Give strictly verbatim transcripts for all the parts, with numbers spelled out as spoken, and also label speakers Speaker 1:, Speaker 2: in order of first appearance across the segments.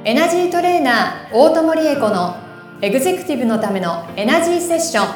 Speaker 1: エナジートレーナー大友理恵子のエグゼクティブのためのエナジーセッション。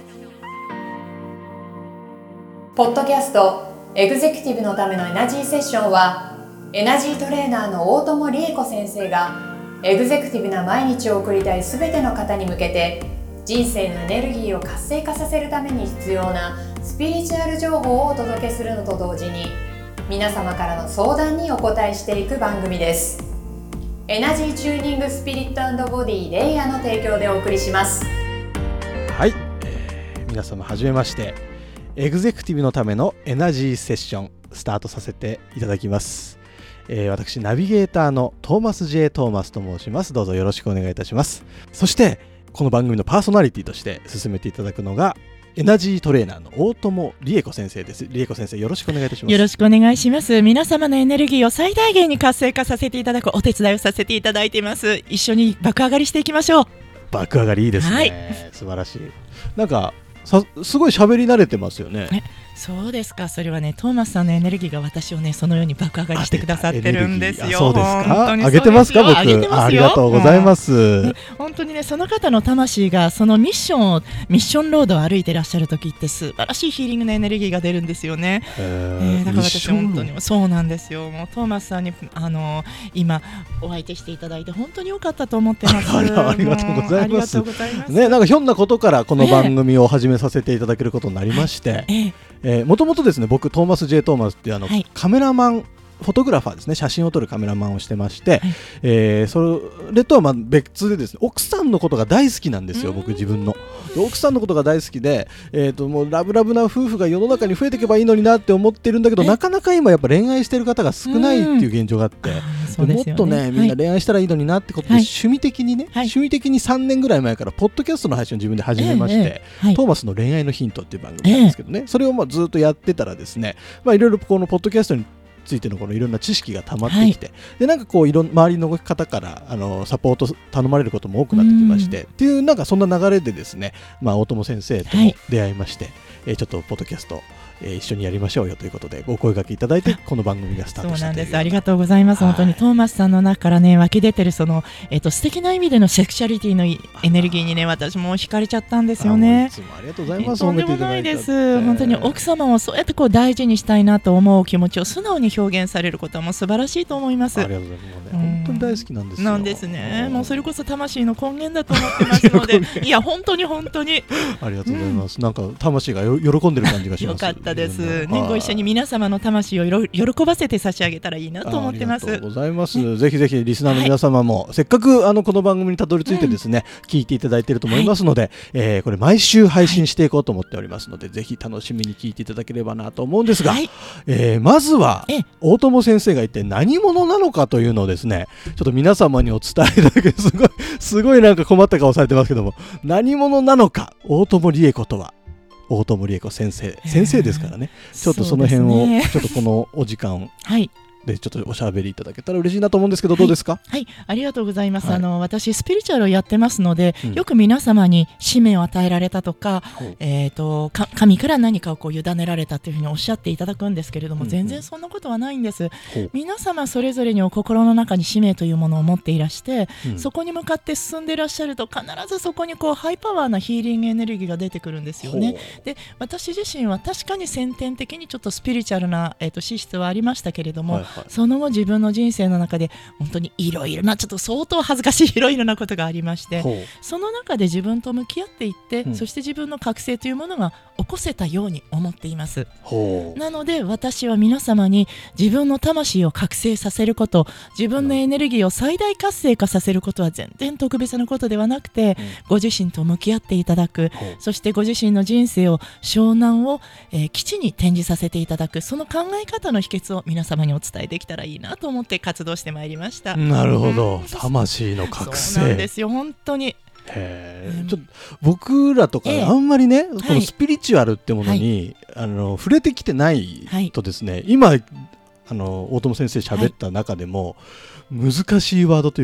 Speaker 1: ポッドキャストエグゼクティブのためのエナジーセッションは、エナジートレーナーの大友理恵子先生がエグゼクティブな毎日を送りたいすべての方に向けて、人生のエネルギーを活性化させるために必要なスピリチュアル情報をお届けするのと同時に、皆様からの相談にお答えしていく番組です。エナジーチューニングスピリット&ボディレイヤーの提供でお送りします。
Speaker 2: はい、えー、皆様はじめまして。エグゼクティブのためのエナジーセッションスタートさせていただきます。えー、私ナビゲーターのトーマス J トーマスと申します。どうぞよろしくお願いいたします。そしてこの番組のパーソナリティとして進めていただくのがエナジートレーナーの大友理恵子先生です。理恵子先生、よろしくお願いいたします。
Speaker 3: よろしくお願いします。皆様のエネルギーを最大限に活性化させていただくお手伝いをさせていただいています。一緒に爆上がりしていきましょう。
Speaker 2: 爆上がりいいですね、はい、素晴らしい。なんかさすごい喋り慣れてますよね。
Speaker 3: そうですか。それはね、トーマスさんのエネルギーが私をね、そのように爆上がりしてくださってるんですよ。
Speaker 2: そうですか。上げてますか。僕上げてますよ。ありがとうございます、うん、
Speaker 3: 本当にね、その方の魂がそのミッションをミッションロードを歩いてらっしゃる時って素晴らしいヒーリングのエネルギーが出るんですよね。えー、だから私本当にそうなんですよ。もうトーマスさんにあの今お相手していただいて本当に良かったと思ってます。
Speaker 2: あら、ありがとうございます。ね、なんかひょんなことからこの番組を始めさせていただけることになりまして、えーえー、もともとですね、僕トーマス J トーマスっていうあの、はい、カメラマンフォトグラファーですね、写真を撮るカメラマンをしてまして、はい、えー、それとはまあ別でですね、奥さんのことが大好きなんですよ。僕自分の奥さんのことが大好きで、えー、ともうラブラブな夫婦が世の中に増えていけばいいのになって思ってるんだけど、なかなか今やっぱ恋愛してる方が少ないっていう現状があって、でもっとね、みんな恋愛したらいいのになってことで、はい、趣味的にね、はい、趣味的にさんねんぐらい前からポッドキャストの配信を自分で始めまして、えーえーはい、トーマスの恋愛のヒントっていう番組なんですけどね、えー、それをまあずっとやってたらですね、まあいろいろこのポッドキャストについてのこのいろんな知識が溜まってきて、はい、でなんかこういろん周りの方からあのサポート頼まれることも多くなってきまして、っていうなんかそんな流れでですね、まあ大友先生とも出会いまして、はい、えー、ちょっとポッドキャストえー、一緒にやりましょうよということでお声掛けいただいて、この番組がスタートしたという。そうなんです。
Speaker 3: ありがとうございます。本当にトーマスさんの中からね湧き出てるその、えー、と素敵な意味でのセクシャリティのエネルギーにね、私も惹かれちゃったんですよね。
Speaker 2: いつもありがとうございます。
Speaker 3: とんでもないです。本当に奥様をそうやってこう大事にしたいなと思う気持ちを素直に表現されることはもう素晴らしいと思います。
Speaker 2: ありがとうございます。もうね、本当に大好きなんですよ。
Speaker 3: なんですね。もうそれこそ魂の根源だと思ってますのでいや本当に本当に
Speaker 2: ありがとうございます、うん、なんか魂がよ喜んでる感じがします。
Speaker 3: よかったですね。ご一緒に皆様の魂を喜ばせて差し上げたらいいなと思ってます。
Speaker 2: ありがとうございます、ね、ぜひぜひリスナーの皆様も、はい、せっかくあのこの番組にたどり着いてですね、うん、聞いていただいていると思いますので、はい、えー、これ毎週配信していこうと思っておりますので、はい、ぜひ楽しみに聞いていただければなと思うんですが、はい、えー、まずは大友先生が一体何者なのかというのをですね、ちょっと皆様にお伝えいただける、すごいすごいなんか困った顔されてますけども、何者なのか、大友理恵子とは。大友理恵子先生、先生ですからね、ちょっとその辺を、ね、ちょっとこのお時間はいでちょっとおしゃべりいただけたら嬉しいなと思うんですけど、どうですか。
Speaker 3: はい、はい、ありがとうございます、はい、あの私スピリチュアルをやってますので、うん、よく皆様に使命を与えられたとか、えー、とか神から何かをこう委ねられたというふうにおっしゃっていただくんですけれども、うんうん、全然そんなことはないんです。皆様それぞれにお心の中に使命というものを持っていらして、うん、そこに向かって進んでいらっしゃると必ずそこにこうハイパワーなヒーリングエネルギーが出てくるんですよね。で私自身は確かに先天的にちょっとスピリチュアルな、えー、と資質はありましたけれども、はいはい、その後自分の人生の中で本当にいろいろなちょっと相当恥ずかしいいろいろなことがありまして、その中で自分と向き合っていって、うん、そして自分の覚醒というものが起こせたように思っています。なので私は皆様に自分の魂を覚醒させること、自分のエネルギーを最大活性化させることは全然特別なことではなくて、うん、ご自身と向き合っていただく、そしてご自身の人生を湘南を、えー、基地に展示させていただく、その考え方の秘訣を皆様にお伝えできたらいいなと思って活動してまいりました。
Speaker 2: なるほど、うん、魂の覚醒。
Speaker 3: そうなんですよ、本当に。
Speaker 2: へー、ちょっと僕らとかあんまりね、えー、このスピリチュアルってものに、はい、あの触れてきてないとですね、はい、今あの大友先生喋った中でも、はい、難しいワードというか、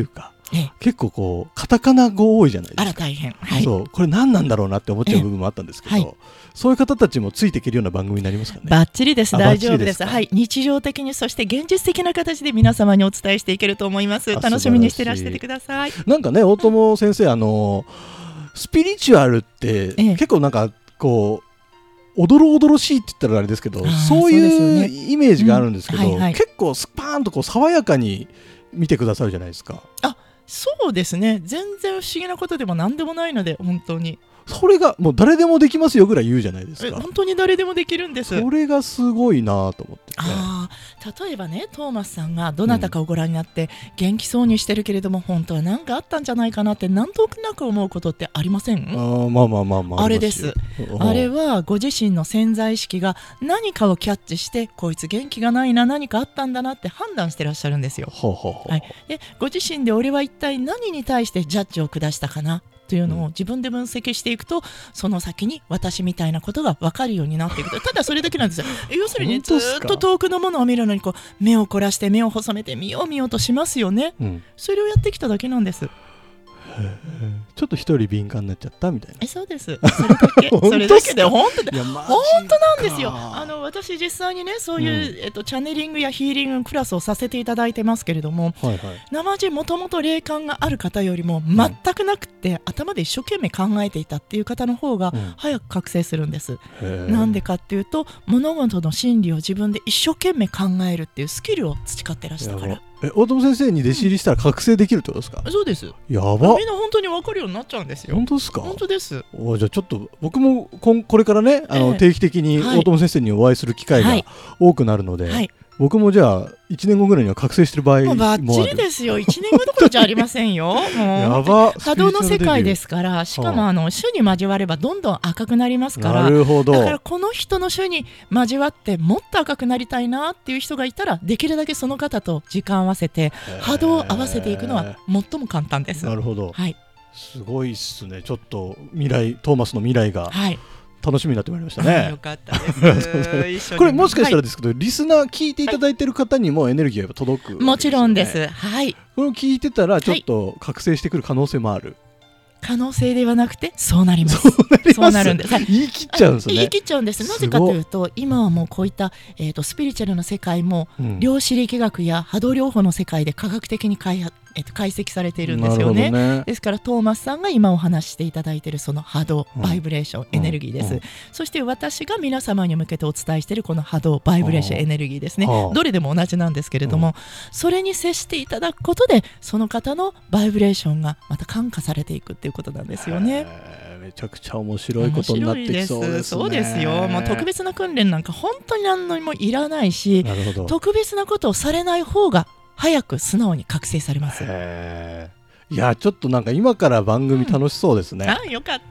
Speaker 3: ええ、
Speaker 2: 結構こうカタカナ語多いじゃないですか。
Speaker 3: あら大変、はい、
Speaker 2: そうこれ何なんだろうなって思っちゃう部分もあったんですけど、はい、そういう方たちもついていけるような番組になりますかね。
Speaker 3: バッチリです、大丈夫です。はい、日常的にそして現実的な形で皆様にお伝えしていけると思います。楽しみにしてらしててください。
Speaker 2: なんかね、大友先生、あのスピリチュアルって、ええ、結構なんかこうおどろおどろしいって言ったらあれですけど、そういうイメージがあるんですけど、うん、はいはい、結構スパーンとこう爽やかに見てくださるじゃないですか。
Speaker 3: あ、そうですね、全然不思議なことでも何でもないので、本当に
Speaker 2: それがもう誰でもできますよぐらい言うじゃないですか。
Speaker 3: 本当に誰でもできるんです。
Speaker 2: それがすごいなと思って、ね、
Speaker 3: あ例えばね、トーマスさんがどなたかをご覧になって、うん、元気そうにしてるけれども本当は何かあったんじゃないかなってなんとなく思うことってありません？
Speaker 2: あまあまあまあまあ、
Speaker 3: あれです。あれはご自身の潜在意識が何かをキャッチしてこいつ元気がないな、何かあったんだなって判断してらっしゃるんですよ。
Speaker 2: ほうほうほう、
Speaker 3: はい、でご自身で俺は一体何に対してジャッジを下したかなというのを自分で分析していくと、その先に私みたいなことが分かるようになっていくと、ただそれだけなんですよ。要するに、ね、ずっと遠くのものを見るのにこう目を凝らして目を細めて見よう見ようとしますよね、うん、それをやってきただけなんです。
Speaker 2: ちょっと一人敏感になっちゃったみたいな。
Speaker 3: えそうです。それだけそれだけで本当で本当なんですよ。あの私実際にね、そういう、うんえっと、チャネリングやヒーリングのクラスをさせていただいてますけれども、はいはい、生地もともと霊感がある方よりも全くなくて、うん、頭で一生懸命考えていたっていう方の方が早く覚醒するんです、うん、なんでかっていうと、物事の真理を自分で一生懸命考えるっていうスキルを培ってらしたから。
Speaker 2: え大友先生に弟子入りしたら覚醒できるってことですか？
Speaker 3: うん、そうです。
Speaker 2: やば、
Speaker 3: みんな本当に分かるようになっちゃうんですよ。
Speaker 2: 本当ですか？
Speaker 3: 本当です。
Speaker 2: おじゃあちょっと僕もこんこれからね、あの、えー、定期的に大友先生にお会いする機会が多くなるので、はいはい、僕もじゃあいちねんごぐらいには覚醒してる場合もある。もう
Speaker 3: バッチリですよ。いちねんごどころじゃありませんよ。もう
Speaker 2: やば、
Speaker 3: 波動の世界ですから、しかもあの種に交わればどんどん赤くなりますから。
Speaker 2: なるほど。
Speaker 3: だからこの人の種に交わってもっと赤くなりたいなっていう人がいたら、できるだけその方と時間を合わせて波動を合わせていくのは最も簡単です。
Speaker 2: なるほど、
Speaker 3: はい、
Speaker 2: すごいっすね。ちょっと未来、トーマスの未来が、はい、楽しみになってまいりましたね。
Speaker 3: よかったです。
Speaker 2: これもしかしたらですけど、はい、リスナー聞いていただいている方にもエネルギーが届く、ね、
Speaker 3: もちろんです。はい。
Speaker 2: これを聞いてたらちょっと覚醒してくる可能性もある。はい、
Speaker 3: 可能性ではなくてそうなります。
Speaker 2: そうなります。
Speaker 3: そうなるんです。はい、
Speaker 2: 言い切っちゃうんですね。
Speaker 3: 言い切っちゃうんです。なぜかというと、今はもうこういった、えーと、スピリチュアルの世界も、うん、量子力学や波動療法の世界で科学的に開発えっと、解析されているんですよ ね, ねですからトーマスさんが今お話していただいているその波動、うん、バイブレーション、エネルギーです、うん、そして私が皆様に向けてお伝えしているこの波動、バイブレーション、エネルギーですね、どれでも同じなんですけれども、うん、それに接していただくことでその方のバイブレーションがまた感化されていくっていうことなんですよね。
Speaker 2: めちゃくちゃ面白いことになってきそうですね。
Speaker 3: そうですよ。もう特別な訓練なんか本当に何のもいらないし、特別なことをされない方が早く素直に覚醒されます。
Speaker 2: へいやちょっとなんか今から番組楽しそうですね、
Speaker 3: うん、あよかった。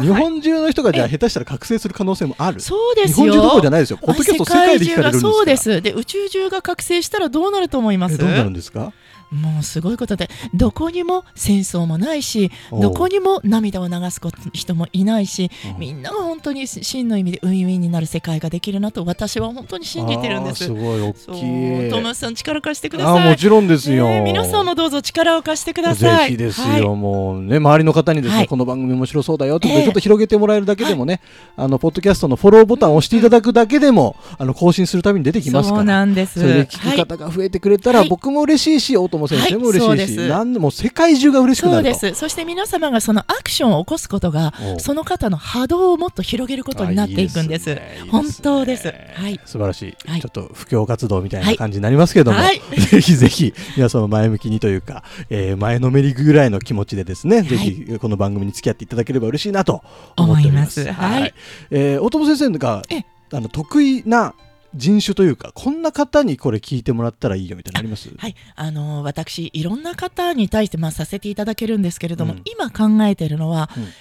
Speaker 2: 日本中の人がじゃあ下手したら覚醒する可能性もある。
Speaker 3: そうですよ。
Speaker 2: 日本中どころじゃないですよ。ポッドキャスト世界で聞かれるんですから。
Speaker 3: そうです。で宇宙中が覚醒したらどうなると思います？
Speaker 2: どうなるんですか？
Speaker 3: もうすごいことで、どこにも戦争もないし、どこにも涙を流す人もいないし、みんなが本当に真の意味でウィンウィンになる世界ができるなと私は本当に信じてるんです。
Speaker 2: すごい大きい。ト
Speaker 3: ーマスさん力貸してください。
Speaker 2: あもちろんですよ、
Speaker 3: ね、皆さんもどうぞ力を貸してください。
Speaker 2: ぜひですよ、はい、もうね周りの方にですね、はい、この番組面白そうだよということでちょっと広げてもらえるだけでもね、えー、あのポッドキャストのフォローボタンを押していただくだけでも、うん、あの更新するたびに出てきますから。
Speaker 3: そうなんです。
Speaker 2: それで聞く方が増えてくれたら、はい、僕も嬉しいし大友先生も嬉しいし、はいなんでも世界中が嬉しくなると。
Speaker 3: そうです。そして皆様がそのアクションを起こすことがその方の波動をもっと広げることになっていくんです。いいですね、いいですね、本当です、はい、
Speaker 2: 素晴らしい、はい、ちょっと布教活動みたいな感じになりますけども、はい、ぜひぜひ皆様前向きにというか、えー、前のめりぐらいの気持ちでですね、はい、ぜひこの番組に付き合っていただければ嬉しいなと思っております。
Speaker 3: 思います。はい、
Speaker 2: えー、大友先生があの得意な人種というかこんな方にこれ聞いてもらったらいいよみたいなのあります？
Speaker 3: はい、あのー、私いろんな方に対してまあさせていただけるんですけれども、うん、今考えているのは、うん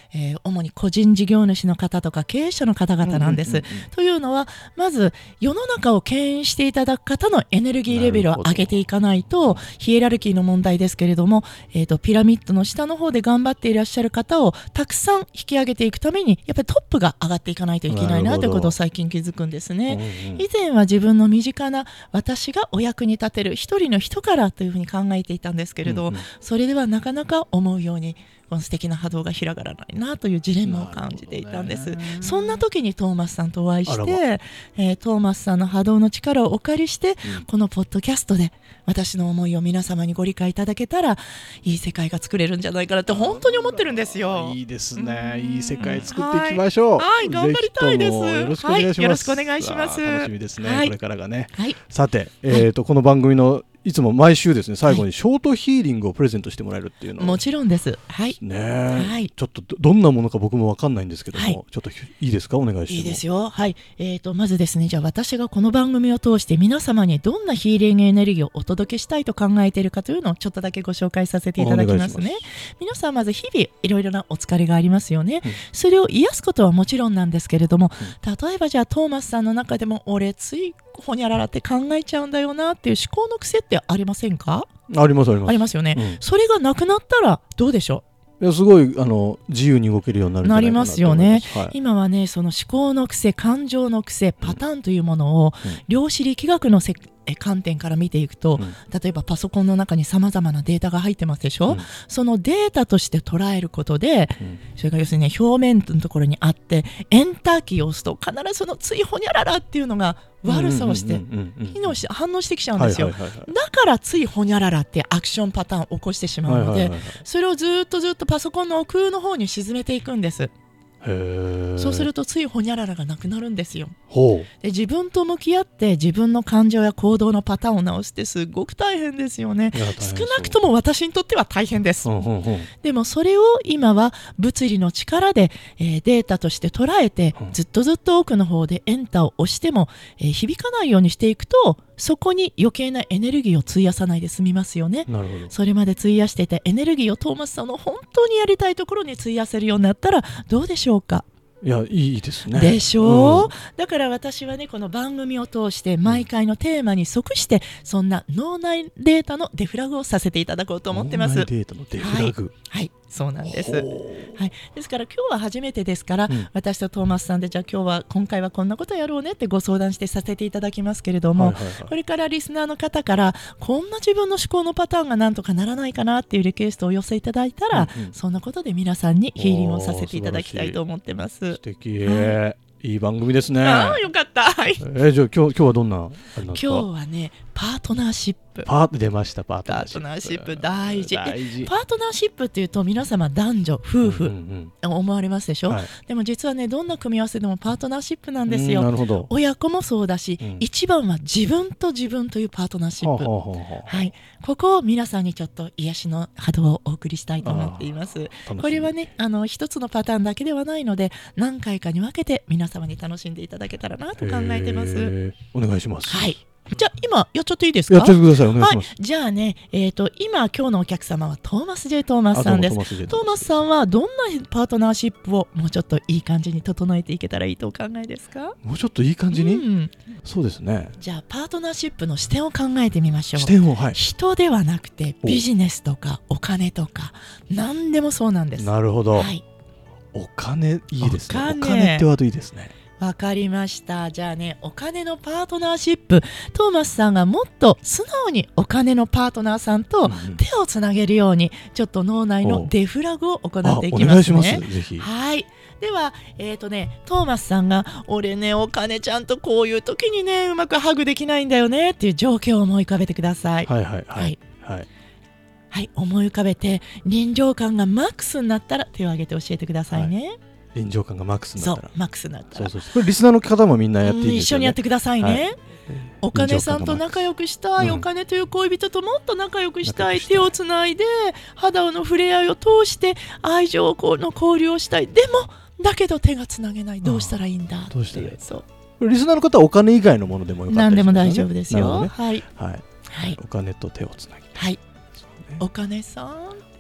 Speaker 3: えー、主に個人事業主の方とか経営者の方々なんです、うんうんうんうん、というのはまず世の中を牽引していただく方のエネルギーレベルを上げていかないと、ヒエラルキーの問題ですけれども、えーと、ピラミッドの下の方で頑張っていらっしゃる方をたくさん引き上げていくためにやっぱりトップが上がっていかないといけないなということを最近気づくんですね、うんうん、以前は自分の身近な私がお役に立てる一人の人からというふうに考えていたんですけれど、うんうん、それではなかなか思うようにこの素敵な波動が広がらないなというジレンマを感じていたんです。そんな時にトーマスさんとお会いして、えー、トーマスさんの波動の力をお借りして、うん、このポッドキャストで私の思いを皆様にご理解いただけたらいい世界が作れるんじゃないかなって本当に思ってるんですよ。
Speaker 2: いいですね、いい世界作っていきましょう。
Speaker 3: はい、はい、頑張りたいです。
Speaker 2: よろしくお願いします、はい、
Speaker 3: よろしくお願いします。
Speaker 2: 楽しみですね、はい、これからがね、
Speaker 3: はい、
Speaker 2: さて、えーと、この番組のいつも毎週ですね最後にショートヒーリングをプレゼントしてもらえるっていうのを、
Speaker 3: もちろんです。はい。
Speaker 2: ね、
Speaker 3: はい、
Speaker 2: ちょっと ど, どんなものか僕も分かんないんですけども、
Speaker 3: はい、
Speaker 2: ちょっといいですか、お願いします。
Speaker 3: いいですよ。はい。えーとまずですね、じゃあ私がこの番組を通して皆様にどんなヒーリングエネルギーをお届けしたいと考えているかというのをちょっとだけご紹介させていただきますね。皆さんまず日々いろいろなお疲れがありますよね、うん、それを癒すことはもちろんなんですけれども、うん、例えばじゃあトーマスさんの中でも俺ついほにゃららって考えちゃうんだよなっていう思考の癖ってありませんか？
Speaker 2: ありますあります。
Speaker 3: ありますよね、
Speaker 2: うん、
Speaker 3: それがなくなったらどうでしょう？
Speaker 2: いやすごいあの自由に動けるようになるんじゃないかなと思います。
Speaker 3: なりますよね、
Speaker 2: はい、
Speaker 3: 今はねその思考の癖、感情の癖、パターンというものを、うん、量子力学のせ観点から見ていくと、うん、例えばパソコンの中にさまざまなデータが入ってますでしょ、うん、そのデータとして捉えることで、うん、それから要するに、ね、表面のところにあってエンターキーを押すと必ずそのついほにゃららっていうのが悪さをして反応してきちゃうんですよ。だからついほにゃららってアクションパターンを起こしてしまうので、それをずっとずっとパソコンの奥の方に沈めていくんです。
Speaker 2: へ
Speaker 3: そうするとついほにゃららがなくなるんですよ。
Speaker 2: ほう。
Speaker 3: で自分と向き合って自分の感情や行動のパターンを直してすごく大変ですよね。少なくとも私にとっては大変です、うんうんうん、でもそれを今は物理の力で、えー、データとして捉えて、うん、ずっとずっと奥の方でエンターを押しても、えー、響かないようにしていくとそこに余計なエネルギーを費やさないで済みますよね。
Speaker 2: なるほど。
Speaker 3: それまで費やしていたエネルギーをトーマスさんの本当にやりたいところに費やせるようになったらどうでしょうか。
Speaker 2: いやいいですね。
Speaker 3: でしょう、うん、だから私はねこの番組を通して毎回のテーマに即してそんな脳内データのデフラグをさせていただこうと思ってます。
Speaker 2: 脳内データのデフラグ、
Speaker 3: はい、はい、そうなんです、はい、ですから今日は初めてですから、うん、私とトーマスさんでじゃあ今日は今回はこんなことやろうねってご相談してさせていただきますけれども、はいはいはい、これからリスナーの方からこんな自分の思考のパターンがなんとかならないかなっていうリクエストをお寄せいただいたら、うんうん、そんなことで皆さんにヒーリングをさせていただきたいと思ってます。
Speaker 2: 素敵、はい、いい番組ですね。
Speaker 3: ああよかった、はい、
Speaker 2: えー、じゃあ今日、今日はどんなあれなんですか？
Speaker 3: 今日はねパートナーシップ。
Speaker 2: パート出ました。パートナーシップ。
Speaker 3: パートナーシップ大事。
Speaker 2: 大事。
Speaker 3: パートナーシップっていうと皆様男女夫婦、うんうん、思われますでしょ、はい、でも実はねどんな組み合わせでもパートナーシップなんですよ。
Speaker 2: なるほど。
Speaker 3: 親子もそうだし、うん、一番は自分と自分というパートナーシップ、はあはあはあ、はい、ここを皆さんにちょっと癒しの波動をお送りしたいと思っています。これはねあの一つのパターンだけではないので何回かに分けて皆様に楽しんでいただけたらなと考えてます。
Speaker 2: お願いします。
Speaker 3: はい。じゃあ今やっちゃっていいですか？
Speaker 2: やっちゃってください。お願いします。
Speaker 3: はい、じゃあね、えーと、今今日のお客様はトーマス J トーマスさんです。トーマス, トーマスさんはどんなパートナーシップをもうちょっといい感じに整えていけたらいいとお考えですか？
Speaker 2: もうちょっといい感じに、うん、そうですね。
Speaker 3: じゃあパートナーシップの視点を考えてみましょう。
Speaker 2: 視点を、はい、
Speaker 3: 人ではなくてビジネスとかお金とか何でもそうなんです。
Speaker 2: なるほど、
Speaker 3: はい、
Speaker 2: お金いいですね。お金、お金ってワードいいですね。
Speaker 3: わかりました。じゃあねお金のパートナーシップ、トーマスさんがもっと素直にお金のパートナーさんと手をつなげるように、うん、ちょっと脳内のデフラグを行っていきますね。お願いします。
Speaker 2: ぜひ。
Speaker 3: はい。では、えーとね、トーマスさんが俺ねお金ちゃんとこういう時にねうまくハグできないんだよねっていう状況を思い浮かべてください。
Speaker 2: はいはいはいはい
Speaker 3: はい、はい、思い浮かべて臨場感がマックスになったら手を挙げて教えてくださいね。はい、
Speaker 2: 臨場感がマックスになったら、
Speaker 3: そうマックスになったら、
Speaker 2: そうそうそう、これリスナーの方もみんなやっていいんですよね。
Speaker 3: 一緒にやってくださいね。はい、お金さんと仲良くしたい、うん、お金という恋人ともっと仲良くしたい、手をつないで肌の触れ合いを通して愛情の交流をしたい、でもだけど手がつなげない、どうしたらいいんだっていう。どうしたらいい？そう、
Speaker 2: リスナーの方はお金以外のものでもよかったりしますね。
Speaker 3: 何でも大丈夫ですよ。
Speaker 2: ね、
Speaker 3: はい、
Speaker 2: はいはい、お金と手をつなぎたい。
Speaker 3: はい、お金さん、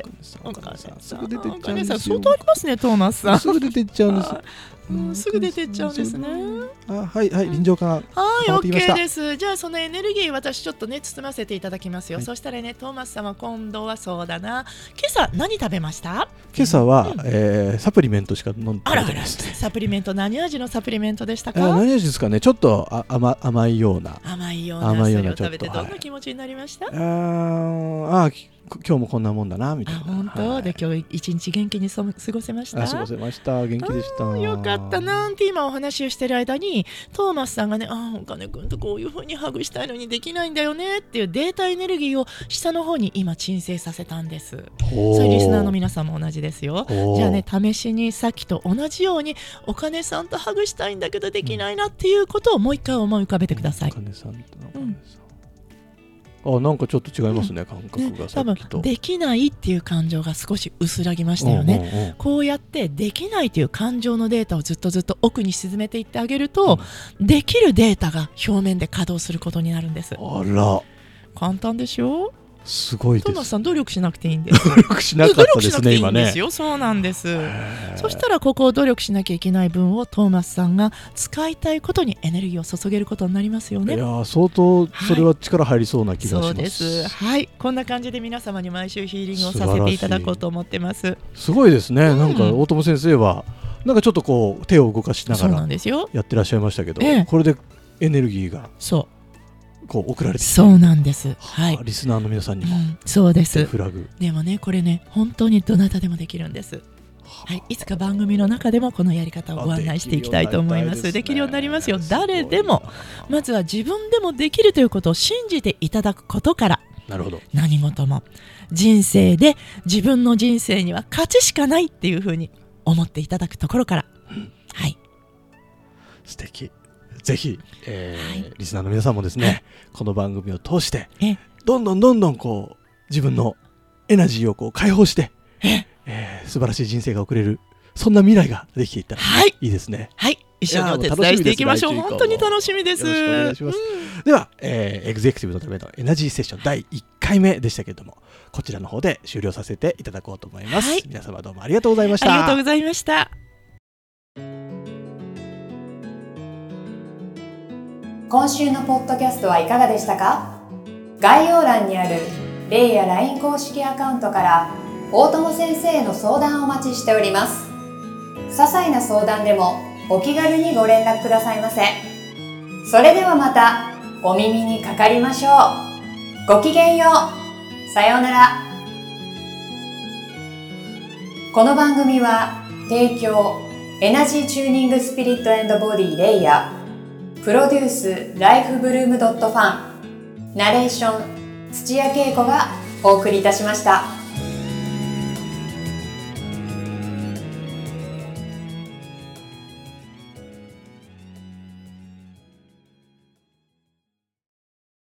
Speaker 3: お金さん
Speaker 2: すぐ出てっちゃうんですよ。
Speaker 3: お金さん相当ありますね、トーマスさん。
Speaker 2: すぐ出てっちゃうんです。
Speaker 3: うん、すぐ出てっちゃうんですね。
Speaker 2: あ、はいはい、臨場感。
Speaker 3: はい、オッケーです。じゃあそのエネルギー私ちょっとね包ませていただきますよ。はい、そしたらね、トーマス様今度はそうだな。今朝何食べました？
Speaker 2: 今朝は、うん、えー、サプリメントしか飲んでないですね。
Speaker 3: あらあら、サプリメント何味のサプリメントでしたか？
Speaker 2: 何味ですかね。ちょっとあ甘甘いような。
Speaker 3: 甘いような。甘いような。それを食べてどんな気持ちになりました？はい、
Speaker 2: ああ。今日もこんなもんだなみたいな。
Speaker 3: 本当、はい、で今日一日元気に過ごせました。
Speaker 2: 過ごせました。元気でした。
Speaker 3: よかったなんて今お話をしてる間にトーマスさんがね、ああお金くんとこういう風にハグしたいのにできないんだよねっていうデータエネルギーを下の方に今鎮静させたんです。それリスナーの皆さんも同じですよ。じゃあね、試しにさっきと同じようにお金さんとハグしたいんだけどできないなっていうことをもう一回思い浮かべてください。
Speaker 2: お金さんとお金さん、あ、なんかちょっと違いますね、うん、感覚がさっきと、
Speaker 3: ね、多分できないっていう感情が少し薄らぎましたよね、うんうんうん、こうやってできないという感情のデータをずっとずっと奥に沈めていってあげると、うん、できるデータが表面で稼働することになるんです。
Speaker 2: あら、
Speaker 3: 簡単でしょ。
Speaker 2: すごいです。
Speaker 3: トーマスさん努力しなくていいんです。
Speaker 2: 努力しなかったですね今ね。
Speaker 3: そうなんです。そしたらここを努力しなきゃいけない分をトーマスさんが使いたいことにエネルギーを注げることになりますよね。
Speaker 2: いや相当それは力入りそうな気がします。
Speaker 3: そうです。はい、こんな感じで皆様に毎週ヒーリングをさせていただこうと思ってます。
Speaker 2: すごいですね、うん、なんか大友先生はなんかちょっとこう手を動かしながらやってらっしゃいましたけど、ええ、これでエネルギーがそうこう送られてきて、
Speaker 3: そうなんです、はい、
Speaker 2: リスナーの皆さんにも、うん、
Speaker 3: そうです。
Speaker 2: フラグ
Speaker 3: でもね、これね本当にどなたでもできるんです。はい、いつか番組の中でもこのやり方をご案内していきたいと思います。できるようになりますよ。誰でもまずは自分でもできるということを信じていただくことから、
Speaker 2: なるほど、
Speaker 3: 何事も人生で自分の人生には勝ちしかないっていうふうに思っていただくところから、うん、はい、
Speaker 2: 素敵。ぜひ、えーはい、リスナーの皆さんもですね、この番組を通してどんどんどんどんこう自分のエナジーをこう解放して、ええー、素晴らしい人生が送れる、そんな未来ができていったらいいですね。
Speaker 3: はい、はい、一緒にお手伝いしていきましょう。本当に楽しみです。
Speaker 2: よろしくお願いします、うん、では、えー、エグゼクティブのためのエナジーセッションだいいっかいめでしたけれども、こちらの方で終了させていただこうと思います、はい、皆様どうもありがとうございました。
Speaker 3: ありがとうございました。
Speaker 1: 今週のポッドキャストはいかがでしたか？概要欄にあるレイや ライン 公式アカウントから大友先生への相談をお待ちしております。些細な相談でもお気軽にご連絡くださいませ。それではまたお耳にかかりましょう。ごきげんよう。さようなら。この番組は提供エナジーチューニングスピリット&ボディレイヤー、プロデュースライフブルームドットファン、ナレーション土屋恵子がお送りいたしました。